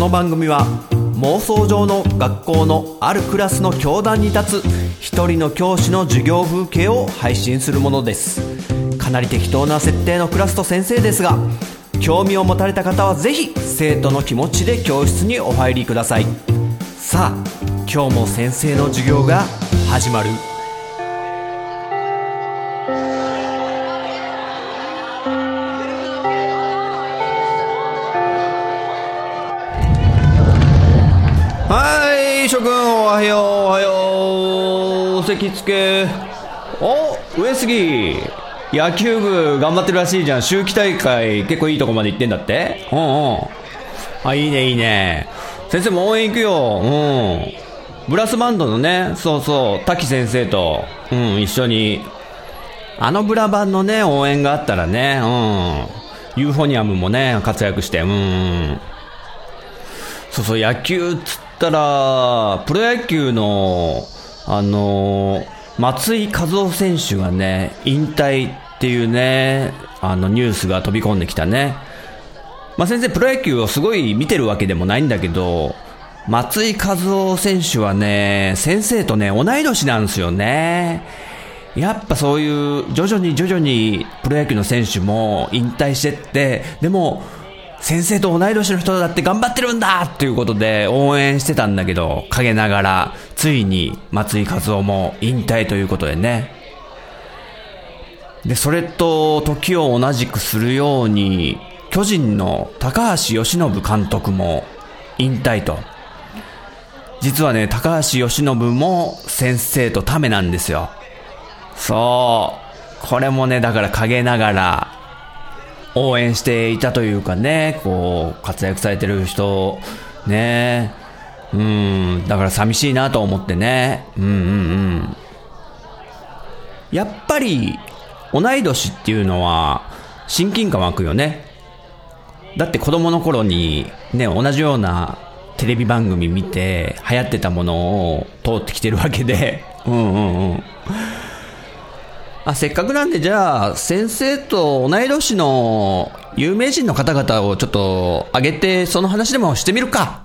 の番組は妄想上の学校のあるクラスの教壇に立つ一人の教師の授業風景を配信するものです。かなり適当な設定のクラスと先生ですが、興味を持たれた方はぜひ生徒の気持ちで教室にお入りください。さあ、今日も先生の授業が始まる。はい、諸君おはようおはよう。席つけ。お、上杉、野球部頑張ってるらしいじゃん。秋季大会結構いいとこまで行ってんだって。あ、いいねいいね。先生も応援行くよ。ブラスバンドのね、そうそう、滝先生と一緒にあのブラバンのね応援があったらね、ユーフォニアムもね活躍して、そうそう、野球っつったらプロ野球の松井稼頭央選手がね引退っていうねニュースが飛び込んできたね。先生プロ野球をすごい見てるわけでもないんだけど、松井稼頭央選手はね先生とね同い年なんですよね。やっぱそういう徐々にプロ野球の選手も引退してって、でも先生と同い年の人だって頑張ってるんだっていうことで応援してたんだけど、陰ながらついに松井稼頭央も引退ということでね。でそれと時を同じくするように巨人の高橋由伸監督も引退と。実はね高橋由伸も先生とためなんですよ。そう、これもねだから陰ながら応援していたというかね、こう活躍されてる人ね、だから寂しいなと思ってね。やっぱり同い年っていうのは親近感湧くよね。だって子供の頃にね同じようなテレビ番組見て流行ってたものを通ってきてるわけで、せっかくなんでじゃあ先生と同い年の有名人の方々をちょっと挙げてその話でもしてみるか。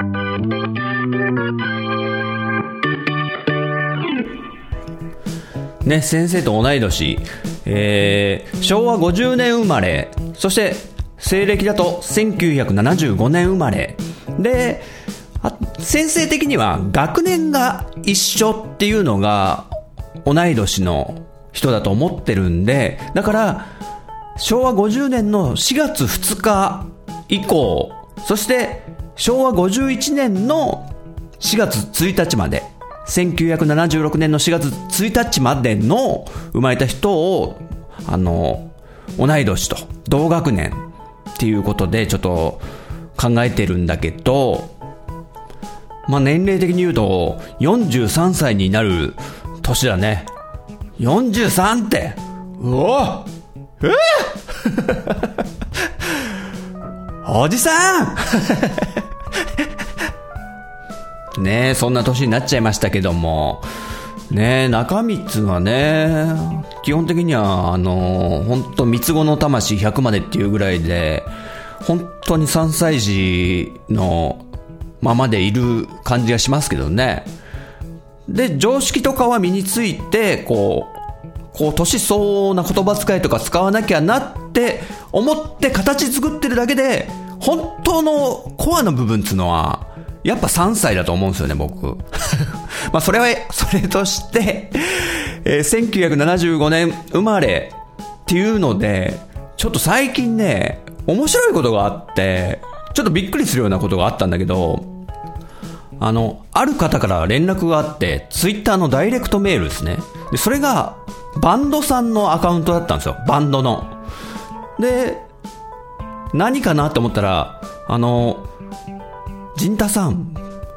ね、先生と同い年、昭和50年生まれ、そして西暦だと1975年生まれで、先生的には学年が一緒っていうのが同い年の人だと思ってるんで、だから昭和50年の4月2日以降、そして昭和51年の4月1日まで、1976年の4月1日までの生まれた人を同い年と同学年っていうことでちょっと考えてるんだけど、年齢的に言うと43歳になる年だね。43って、うおおじさんねえ、そんな年になっちゃいましたけどもね、中身っつうのはね基本的には本当三つ子の魂100までっていうぐらいで、本当に3歳児のままでいる感じがしますけどね。で常識とかは身についてこう年相応な言葉遣いとか使わなきゃなって思って形作ってるだけで、本当のコアの部分っつうのはやっぱ3歳だと思うんですよね、僕それとして、1975年生まれっていうので、ちょっと最近ね面白いことがあって、ちょっとびっくりするようなことがあったんだけど、ある方から連絡があって、ツイッターのダイレクトメールですね。でそれがバンドさんのアカウントだったんですよ、バンドの。で何かなと思ったら、陣太さん、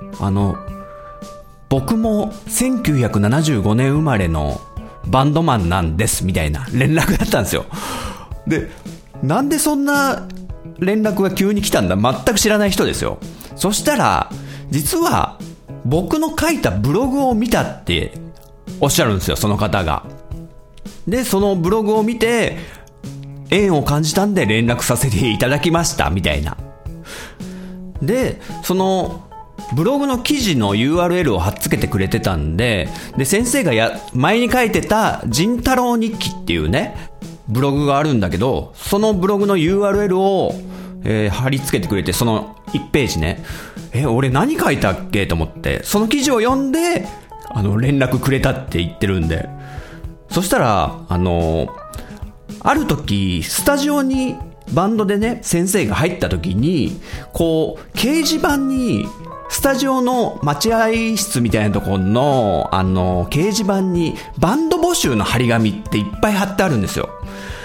僕も1975年生まれのバンドマンなんですみたいな連絡だったんですよ。でなんでそんな連絡が急に来たんだ、全く知らない人ですよ。そしたら実は僕の書いたブログを見たっておっしゃるんですよ、その方が。でそのブログを見て縁を感じたんで連絡させていただきましたみたいな。 で、そのブログの記事の URL を貼っつけてくれてたんで、先生が前に書いてた仁太郎日記っていうね、ブログがあるんだけど、そのブログの URL を、貼り付けてくれて、その1ページね、俺何書いたっけと思って、その記事を読んで、連絡くれたって言ってるんで、そしたら、ある時、スタジオに、バンドでね、先生が入った時に、こう、掲示板に、スタジオの待合室みたいなところの、掲示板に、バンド募集の張り紙っていっぱい貼ってあるんですよ。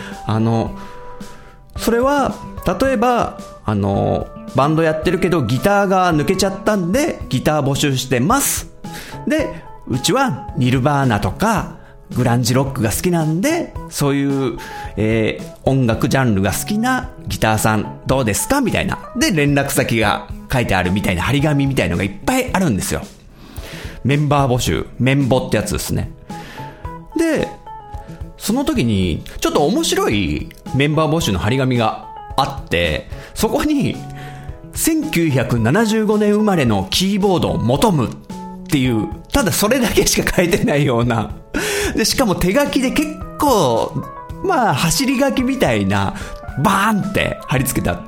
それは、例えば、バンドやってるけど、ギターが抜けちゃったんで、ギター募集してます。で、うちは、ニルバーナとか、グランジロックが好きなんで、そういう、音楽ジャンルが好きなギターさんどうですかみたいな。で、連絡先が書いてあるみたいな張り紙みたいのがいっぱいあるんですよ。メンバー募集、メンボってやつですね。で、その時に、ちょっと面白いメンバー募集の張り紙があって、そこに、1975年生まれのキーボードを求むっていう、ただそれだけしか書いてないような、で、しかも手書きで結構、走り書きみたいな、バーンって貼り付けてあって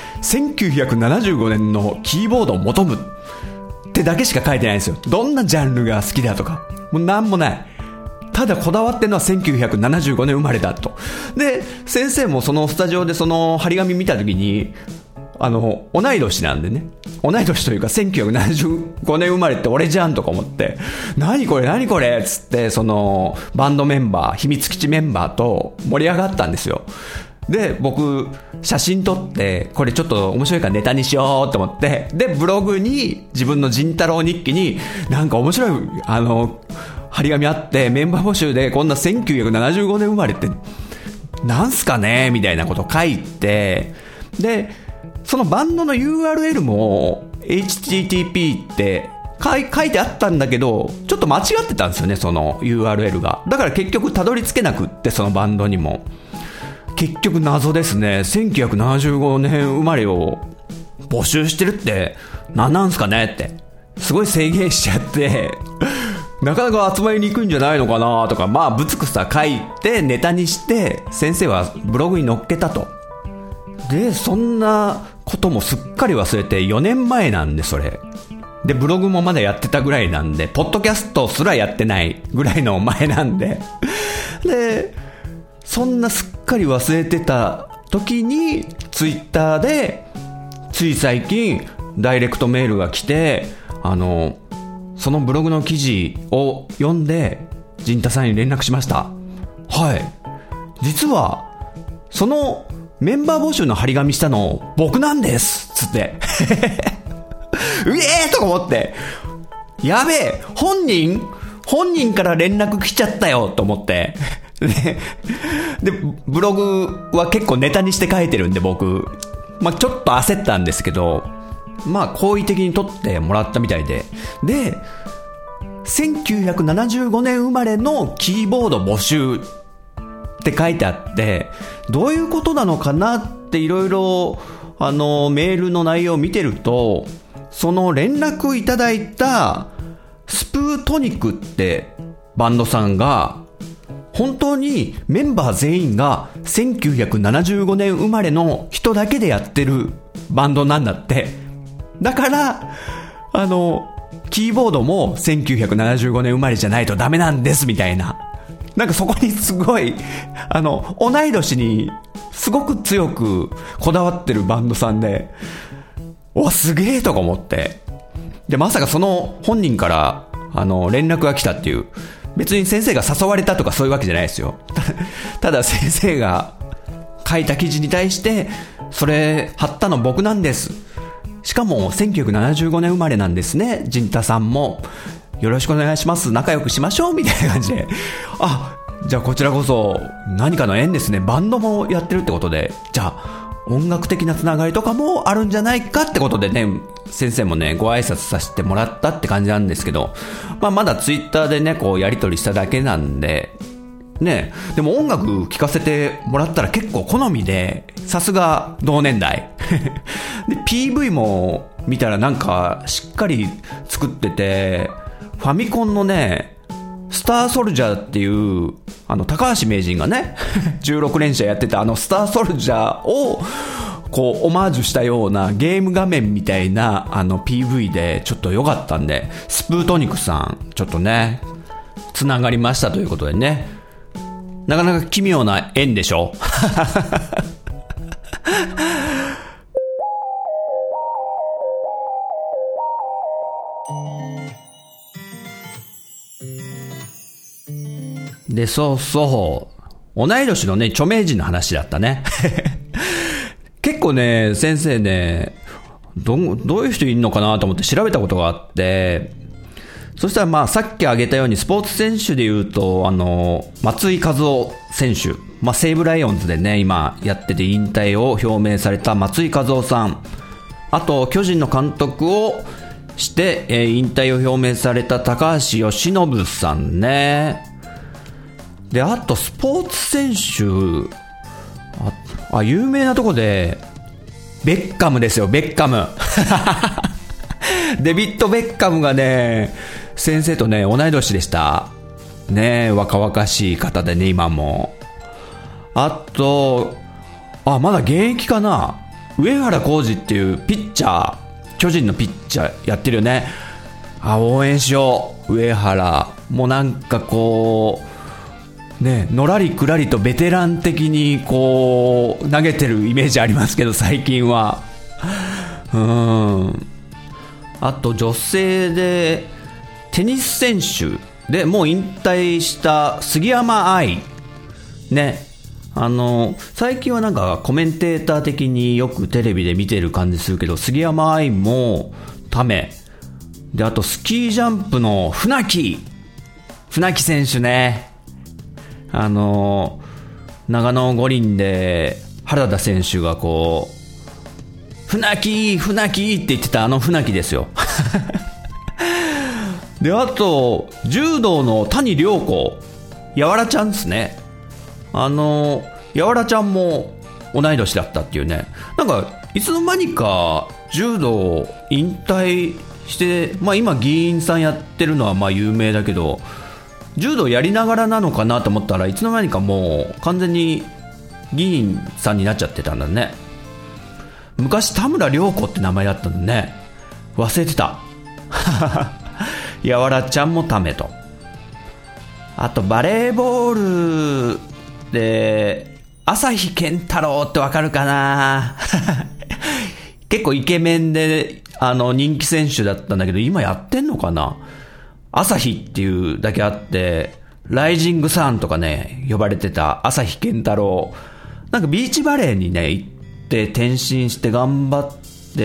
、1975年のキーボードを求むってだけしか書いてないんですよ。どんなジャンルが好きだとか、もうなんもない。ただこだわってるのは1975年生まれだと。で、先生もそのスタジオでその張り紙見たときに、同い年なんでね。同い年というか1975年生まれって俺じゃんとか思って、何これつって、そのバンドメンバー、秘密基地メンバーと盛り上がったんですよ。で、僕、写真撮って、これちょっと面白いからネタにしようと思って、で、ブログに、自分の仁太郎日記に、なんか面白い、張り紙あって、メンバー募集でこんな1975年生まれって、なんすかねみたいなこと書いて、で、そのバンドの URL も HTTP って書いてあったんだけど、ちょっと間違ってたんですよね、その URL が。だから結局たどり着けなくって、そのバンドにも。結局謎ですね。1975年生まれを募集してるって何なんすかねって。すごい制限しちゃって、なかなか集まりにくいんじゃないのかなとか、ぶつくさ書いてネタにして、先生はブログに載っけたと。で、そんなこともすっかり忘れて4年前なんで、それ。で、ブログもまだやってたぐらいなんで、ポッドキャストすらやってないぐらいの前なんで。で、そんなすっかり忘れてた時に、ツイッターで、つい最近、ダイレクトメールが来て、そのブログの記事を読んで、陣太さんに連絡しました。はい。実は、その、メンバー募集の張り紙したの僕なんですつってとか思って、やべえ、本人から連絡来ちゃったよと思ってでブログは結構ネタにして書いてるんで、僕ちょっと焦ったんですけど、好意的に取ってもらったみたいで、1975年生まれのキーボード募集って書いてあって、どういうことなのかなっていろいろメールの内容を見てると、その連絡いただいたスプートニクってバンドさんが本当にメンバー全員が1975年生まれの人だけでやってるバンドなんだって。だからキーボードも1975年生まれじゃないとダメなんですみたいな、なんかそこにすごい同い年にすごく強くこだわってるバンドさんで、すげえとか思って、でまさかその本人から連絡が来たっていう、別に先生が誘われたとかそういうわけじゃないですよ。ただ先生が書いた記事に対して、それ貼ったの僕なんです、しかも1975年生まれなんですね、陣太さんもよろしくお願いします、仲良くしましょうみたいな感じで、じゃあこちらこそ何かの縁ですね、バンドもやってるってことで、じゃあ音楽的なつながりとかもあるんじゃないかってことでね、先生もねご挨拶させてもらったって感じなんですけど、まだツイッターでねこうやり取りしただけなんでね。でも音楽聴かせてもらったら結構好みで、さすが同年代で PV も見たらなんかしっかり作ってて、ファミコンのね、スターソルジャーっていう、高橋名人がね、16連射やってたスターソルジャーを、こう、オマージュしたようなゲーム画面みたいな、PV でちょっと良かったんで、スプートニクさん、ちょっとね、つながりましたということでね、なかなか奇妙な縁でしょで、そうそう。同い年のね、著名人の話だったね。結構ね、先生ね、どういう人いるのかなと思って調べたことがあって、そしたらまあさっき挙げたようにスポーツ選手で言うと、松井稼頭央選手。まあ西武ライオンズでね、今やってて引退を表明された松井稼頭央さん。あと、巨人の監督をして、引退を表明された高橋由伸さんね。で、あとスポーツ選手、有名なとこで、ベッカムですよ、ベッカム。デビッド・ベッカムがね、先生とね、同い年でした。ね、若々しい方でね、今も。あと、まだ現役かな。上原浩二っていうピッチャー、巨人のピッチャーやってるよね。応援しよう、上原。もうなんかこう、ね、のらりくらりとベテラン的にこう投げてるイメージありますけど、最近は。あと女性でテニス選手でもう引退した杉山愛ね、最近はなんかコメンテーター的によくテレビで見てる感じするけど、杉山愛もためで、あとスキージャンプの船木選手ね、長野五輪で原田選手がこう船木って言ってた船木ですよ。で、あと柔道の谷亮子、やわらちゃんですね。やわらちゃんも同い年だったっていうね。なんかいつの間にか柔道引退して、まあ今議員さんやってるのはまあ有名だけど、柔道やりながらなのかなと思ったらいつの間にかもう完全に議員さんになっちゃってたんだね。昔田村亮子って名前だったんだね。忘れてた。やわらちゃんもためと。あとバレーボールで朝日健太郎ってわかるかな。結構イケメンで人気選手だったんだけど、今やってんのかな。朝日っていうだけあって、ライジングサンとかね呼ばれてた朝日健太郎、なんかビーチバレーにね行って転身して頑張って、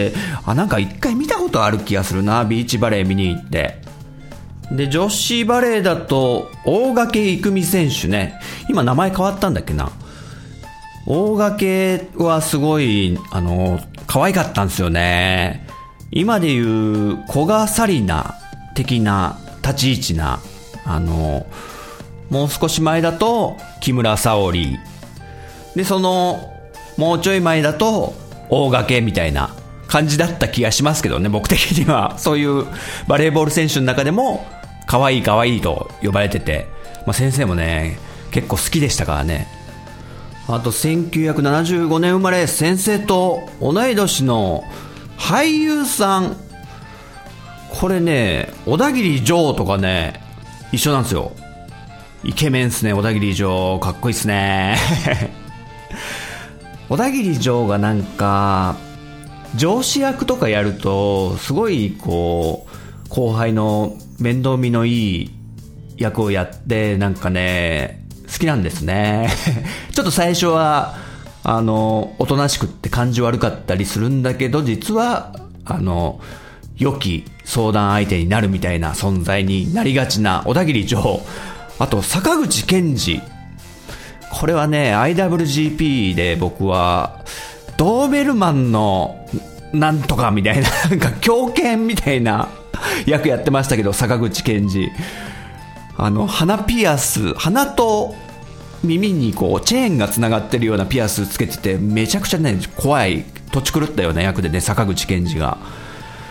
なんか一回見たことある気がするな、ビーチバレー見に行って。で、女子バレーだと大掛郁美選手ね、今名前変わったんだっけな。大掛はすごい可愛かったんですよね。今でいう古賀紗理那的な立ち位置な、もう少し前だと木村沙織で、そのもうちょい前だと大掛みたいな感じだった気がしますけどね、僕的には。そういうバレーボール選手の中でも可愛い可愛いと呼ばれてて、先生もね結構好きでしたからね。あと1975年生まれ、先生と同い年の俳優さん、これね小田切丈とかね一緒なんですよ。イケメンっすね、小田切丈。かっこいいっすね。小田切丈がなんか上司役とかやるとすごいこう後輩の面倒見のいい役をやって、なんかね好きなんですね。ちょっと最初はおとなしくって感じ悪かったりするんだけど、実は良き相談相手になるみたいな存在になりがちな小田切丈。あと坂口健二、これはね IWGP で僕はドーベルマンのなんとかみたいな、なんか狂犬みたいな役やってましたけど、坂口健二鼻ピアス、鼻と耳にこうチェーンがつながってるようなピアスつけてて、めちゃくちゃね怖い土地狂ったような役でね、坂口健二が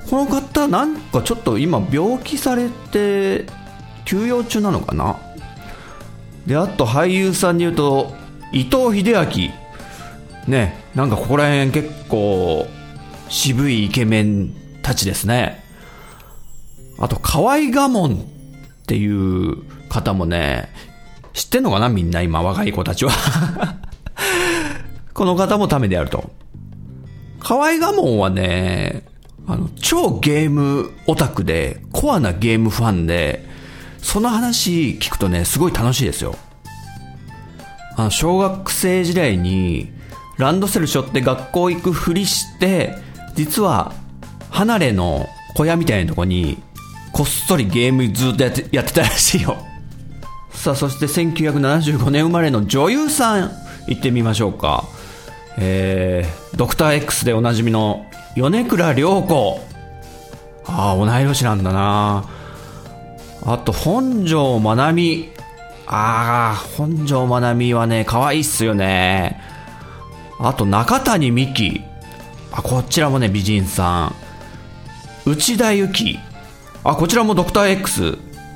この方なんかちょっと今病気されて休養中なのかな。で、あと俳優さんに言うと伊藤英明ね、なんかここら辺結構渋いイケメンたちですね。あと河合我門っていう方もね、知ってんのかなみんな今若い子たちはこの方もためであると。河合我門はね、超ゲームオタクでコアなゲームファンで、その話聞くとねすごい楽しいですよ。小学生時代にランドセル背負って学校行くふりして、実は離れの小屋みたいなとこにこっそりゲームずっとやってたらしいよ。さあ、そして1975年生まれの女優さん行ってみましょうか。ドクター X でおなじみの米倉涼子。同い年なんだな。あと本上まなみ。本上まなみはね可愛いっすよね。あと中谷美紀。こちらもね美人さん。内田有紀。こちらもドクター X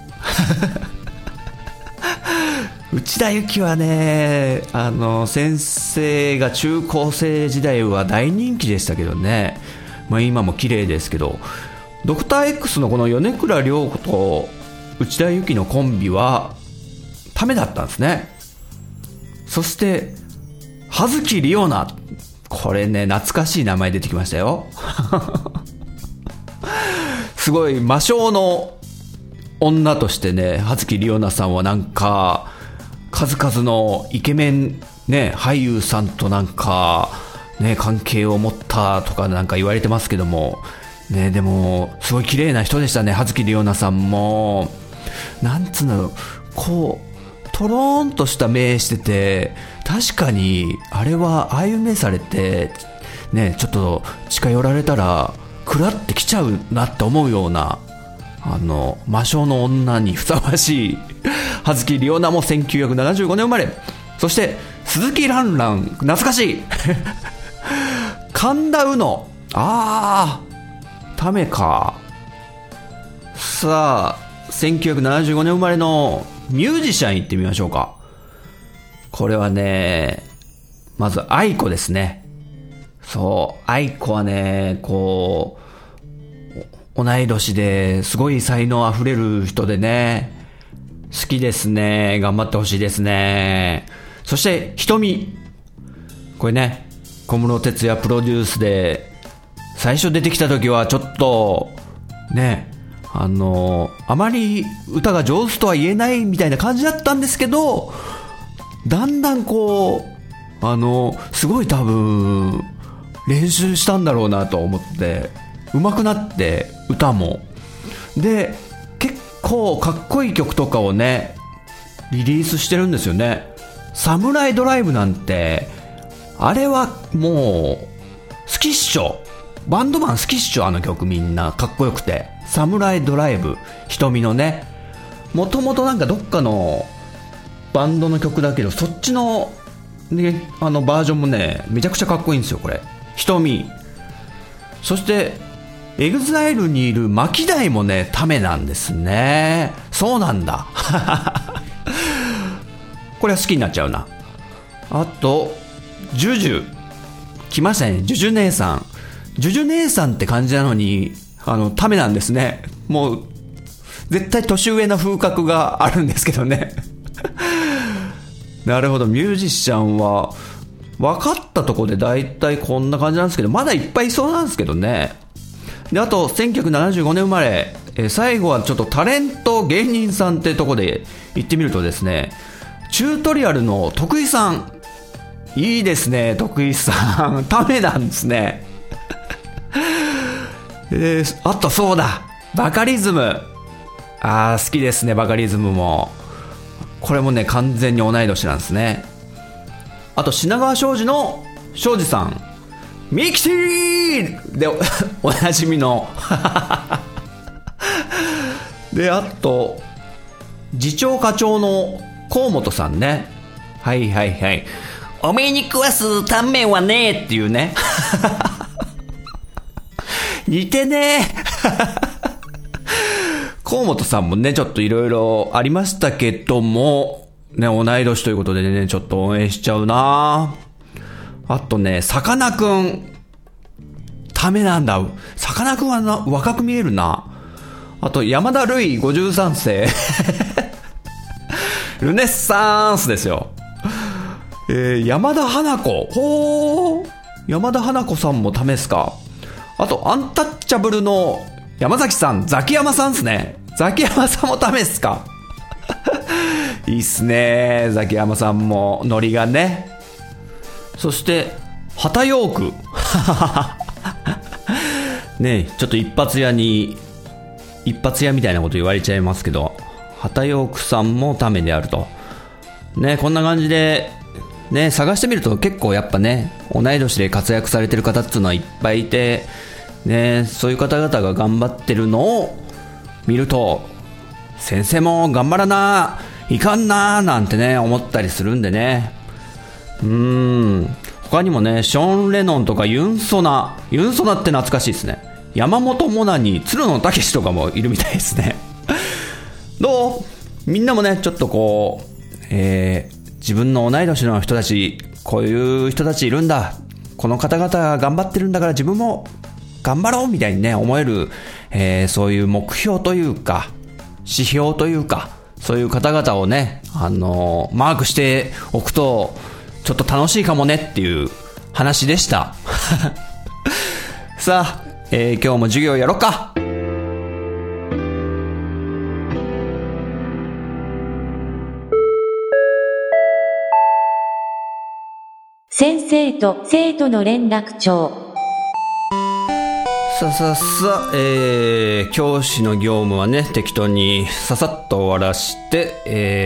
内田有紀はね、先生が中高生時代は大人気でしたけどね。今も綺麗ですけど、ドクター X のこの米倉涼子と内田有紀のコンビはためだったんですね。そして葉月里央奈、これね懐かしい名前出てきましたよすごい魔性の女としてね、葉月里央奈さんはなんか数々のイケメンね俳優さんとなんかね関係を持ったとかなんか言われてますけどもね、でもすごい綺麗な人でしたね。葉月里央奈さんもなんつうの、こうトローンとした目してて、確かにあれはああいう目されてね、ちょっと近寄られたらクラってきちゃうなって思うような魔性の女にふさわしい葉月里央奈も1975年生まれ。そして鈴木蘭蘭、懐かしい神田うの、ためか。さあ1975年生まれのミュージシャン行ってみましょうか。これはね、まず愛子ですね。そう、愛子はね、こう同い年ですごい才能あふれる人でね、好きですね。頑張ってほしいですね。そして瞳、これね小室哲哉プロデュースで最初出てきた時はちょっとね、あまり歌が上手とは言えないみたいな感じだったんですけど、だんだんこうすごい多分練習したんだろうなと思って上手くなって、歌もで結構かっこいい曲とかをねリリースしてるんですよね。サムライドライブなんてあれはもう好きっしょ、バンドマン好きっしょ、あの曲みんなかっこよくて。サムライドライブ、瞳のね、もともとなんかどっかのバンドの曲だけど、そっちの、ね、バージョンもねめちゃくちゃかっこいいんですよこれ、瞳。そしてエグザイルにいる牧大もねためなんですね。そうなんだこれは好きになっちゃうな。あとジュジュ来ましたね。ジュジュ姉さん、ジュジュ姉さんって感じなのにためなんですね。もう絶対年上の風格があるんですけどねなるほど、ミュージシャンは分かったところでだいたいこんな感じなんですけど、まだいっぱいいそうなんですけどね。で、あと1975年生まれ、最後はちょっとタレント芸人さんってとこで言ってみるとですね、チュートリアルの徳井さん、いいですね。徳井さんためなんですねあとそうだ、バカリズム、好きですね。バカリズムもこれもね完全に同い年なんですね。あと品川庄司の庄司さん、ミキティで おなじみので、あと次長課長の河本さんね。はいはいはい、おめえに食わすタンメンはねえっていうね似てねえ河本さんもね、ちょっといろいろありましたけども、ね、同い年ということでね、ちょっと応援しちゃうな。あとね、さかなクン。ためなんだ。さかなクンは若く見えるな。あと、山田るい53世。ルネッサンスですよ。山田花子。ほー。山田花子さんもためっすか。あと、アンタッチャブルの山崎さん、ザキヤマさんっすね。ザキヤマさんもためっすか。いいっすね。ザキヤマさんも、ノリがね。そして、畑陽区。ね、ちょっと一発屋みたいなこと言われちゃいますけど、畑陽区さんもためであると。ね、こんな感じで、ね、探してみると結構やっぱね、同い年で活躍されてる方っていうのはいっぱいいて、ね、そういう方々が頑張ってるのを見ると、先生も頑張らな、いかんな、なんてね、思ったりするんでね。他にもね、ショーン・レノンとかユンソナって懐かしいですね。山本モナに鶴野武とかもいるみたいですね。どう？みんなもね、ちょっとこう、自分の同い年の人たち、こういう人たちいるんだ。この方々が頑張ってるんだから自分も頑張ろうみたいにね、思える、そういう目標というか、指標というか、そういう方々をね、マークしておくと、ちょっと楽しいかもねっていう話でした。さあ、今日も授業やろっか。 先生と生徒の連絡帳。 教師の業務はね、適当にささっと終わらして、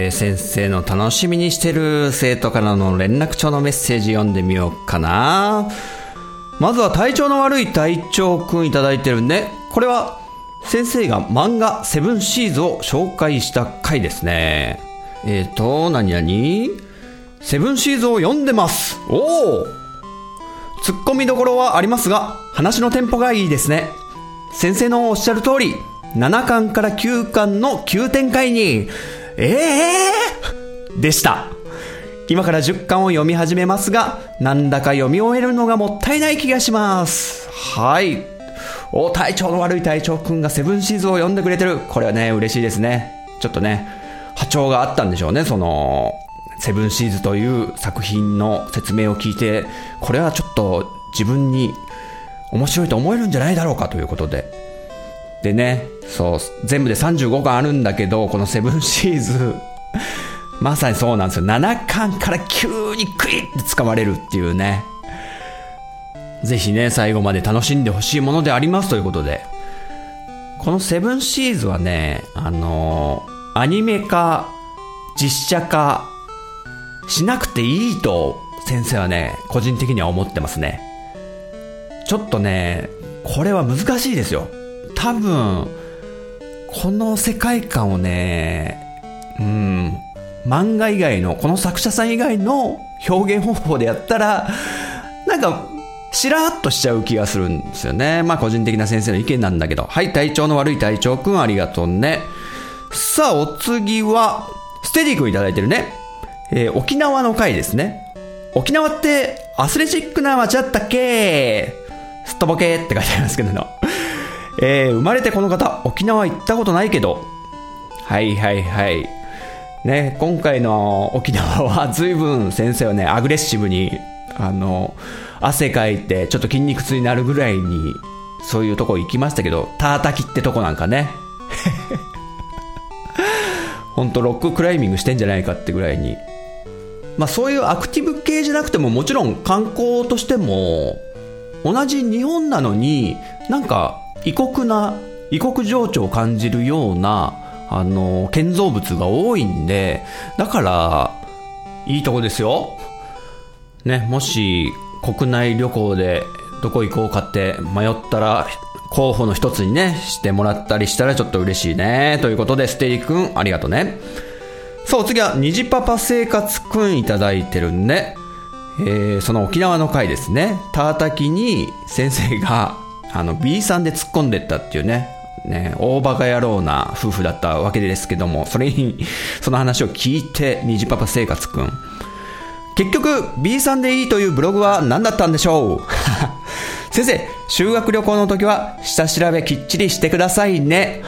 先生の楽しみにしてる生徒からの連絡帳のメッセージ読んでみようかな。まずは体調の悪い隊長くんいただいてるね。これは先生が漫画セブンシーズを紹介した回ですね。セブンシーズを読んでます。おー、ツッコミどころはありますが、話のテンポがいいですね。先生のおっしゃる通り、7巻から9巻の急展開に、でした。今から10巻を読み始めますが、なんだか読み終えるのがもったいない気がします。はい。体調の悪い隊長くんがセブンシーズを読んでくれてる。これはね、嬉しいですね。ちょっとね、波長があったんでしょうね。セブンシーズという作品の説明を聞いて、これはちょっと自分に面白いと思えるんじゃないだろうかということで。でね、全部で35巻あるんだけど、このセブンシーズ、まさにそうなんですよ。7巻から急にクイッて掴まれるっていうね。ぜひね、最後まで楽しんでほしいものでありますということで。このセブンシーズはね、アニメ化、実写化しなくていいと先生はね、個人的には思ってますね。ちょっとね、これは難しいですよ。多分、この世界観をね、漫画以外の、この作者さん以外の表現方法でやったら、なんか、しらーっとしちゃう気がするんですよね。まあ個人的な先生の意見なんだけど。はい、体調の悪い隊長くんありがとうね。さあ、お次は、ステディくんいただいてるね。沖縄の回ですね。沖縄ってアスレチックな街だったっけ？すっとぼけって書いてありますけどの。生まれてこの方、沖縄行ったことないけど。はい。ね、今回の沖縄は随分先生はね、アグレッシブに、汗かいてちょっと筋肉痛になるぐらいに、そういうとこ行きましたけど、タータキってとこなんかね。ほんとロッククライミングしてんじゃないかってぐらいに。まあそういうアクティブ系じゃなくてももちろん観光としても同じ日本なのになんか異国情緒を感じるような建造物が多いんで、だからいいとこですよね。もし国内旅行でどこ行こうかって迷ったら候補の一つにねしてもらったりしたらちょっと嬉しいねということで、ステイくんありがとうね。さあお次は虹パパ生活くんいただいてるね。その沖縄の回ですね。タータキに先生が B さんで突っ込んでったっていうね、大バカ野郎な夫婦だったわけですけども、その話を聞いて、虹パパ生活くん。結局、B さんでいいというブログは何だったんでしょう先生、修学旅行の時は下調べきっちりしてくださいね。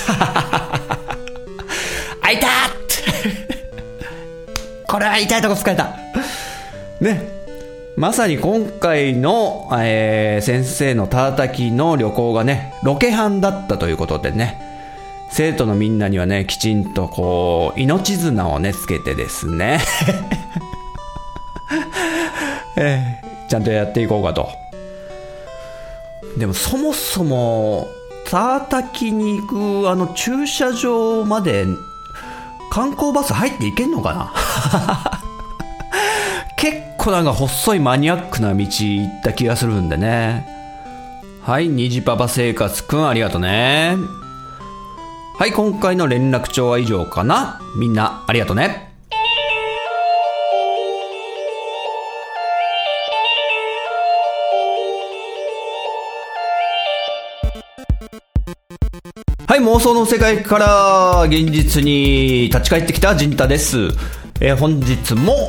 あいたこれは痛いとこ使えた。ね。まさに今回の、先生のたたきの旅行がね、ロケハンだったということでね、生徒のみんなにはね、きちんとこう、命綱をね、つけてですね、ちゃんとやっていこうかと。でもそもそも、たたきに行く駐車場まで観光バス入っていけんのかな結構なんか細いマニアックな道行った気がするんでね。はい、虹パパ生活くんありがとね。はい、今回の連絡帳は以上かな。みんなありがとね。はい、妄想の世界から現実に立ち返ってきた陣太です。本日も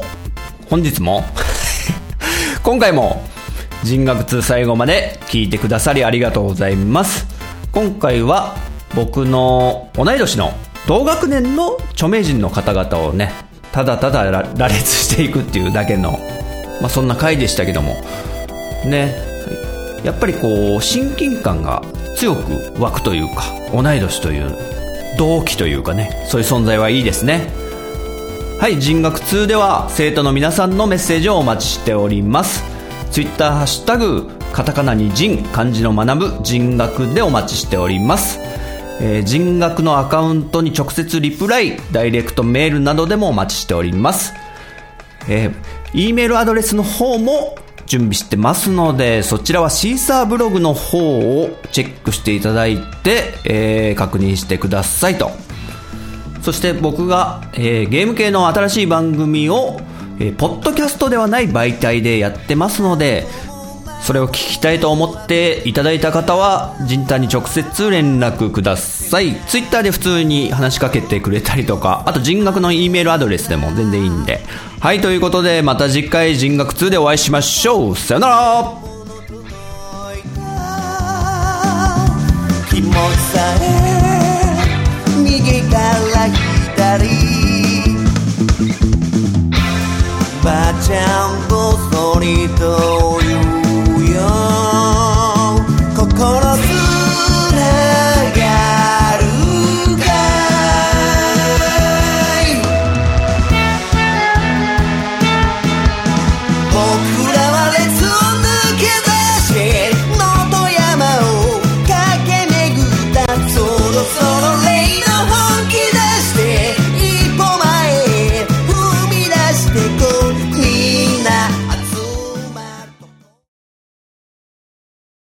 今回も人学通最後まで聞いてくださりありがとうございます。今回は僕の同い年の同学年の著名人の方々をね、ただただ羅列していくっていうだけの、そんな回でしたけどもね、やっぱりこう親近感が強く湧くというか、同い年という同期というかね、そういう存在はいいですね。はい、人学通では生徒の皆さんのメッセージをお待ちしております。ツイッターハッシュタグカタカナに人、漢字の学ぶ人学でお待ちしております。人学のアカウントに直接リプライ、ダイレクトメールなどでもお待ちしております。E メールアドレスの方も準備してますので、そちらはシーサーブログの方をチェックしていただいて、確認してくださいと。そして僕が、ゲーム系の新しい番組を、ポッドキャストではない媒体でやってますので、それを聞きたいと思っていただいた方は陣太に直接連絡ください。ツイッターで普通に話しかけてくれたりとか、あと人学の E メールアドレスでも全然いいんで。はい、ということでまた次回人学2でお会いしましょう。さよなら。気持ちさえ右から左、ばあちゃんとそりと